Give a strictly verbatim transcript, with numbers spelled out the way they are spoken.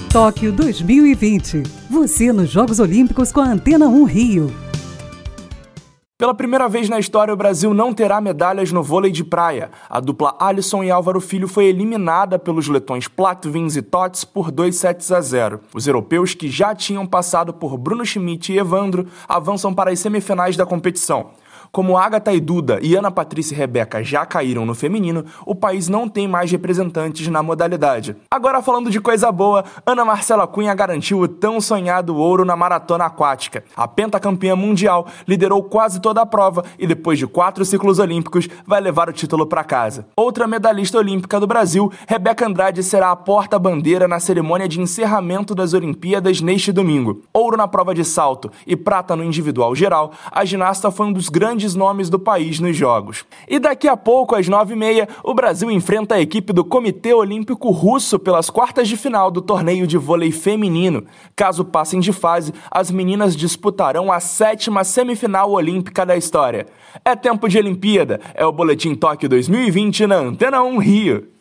Tóquio dois mil e vinte. Você nos Jogos Olímpicos com a Antena um Rio. Pela primeira vez na história, o Brasil não terá medalhas no vôlei de praia. A dupla Alisson e Álvaro Filho foi eliminada pelos letões Platvins e Tots por dois sets a zero. Os europeus, que já tinham passado por Bruno Schmidt e Evandro, avançam para as semifinais da competição. Como Agatha e Duda e Ana Patrícia e Rebeca já caíram no feminino, o país não tem mais representantes na modalidade. Agora, falando de coisa boa, Ana Marcela Cunha garantiu o tão sonhado ouro na maratona aquática. A pentacampeã mundial liderou quase toda a prova e, depois de quatro ciclos olímpicos, vai levar o título para casa. Outra medalhista olímpica do Brasil, Rebeca Andrade, será a porta-bandeira na cerimônia de encerramento das Olimpíadas neste domingo. Ouro na prova de salto e prata no individual geral, a ginasta foi um dos grandes nomes do país nos Jogos. E daqui a pouco, às nove e meia, o Brasil enfrenta a equipe do Comitê Olímpico Russo pelas quartas de final do torneio de vôlei feminino. Caso passem de fase, as meninas disputarão a sétima semifinal olímpica da história. É tempo de Olimpíada, é o Boletim Tóquio dois mil e vinte na Antena um Rio.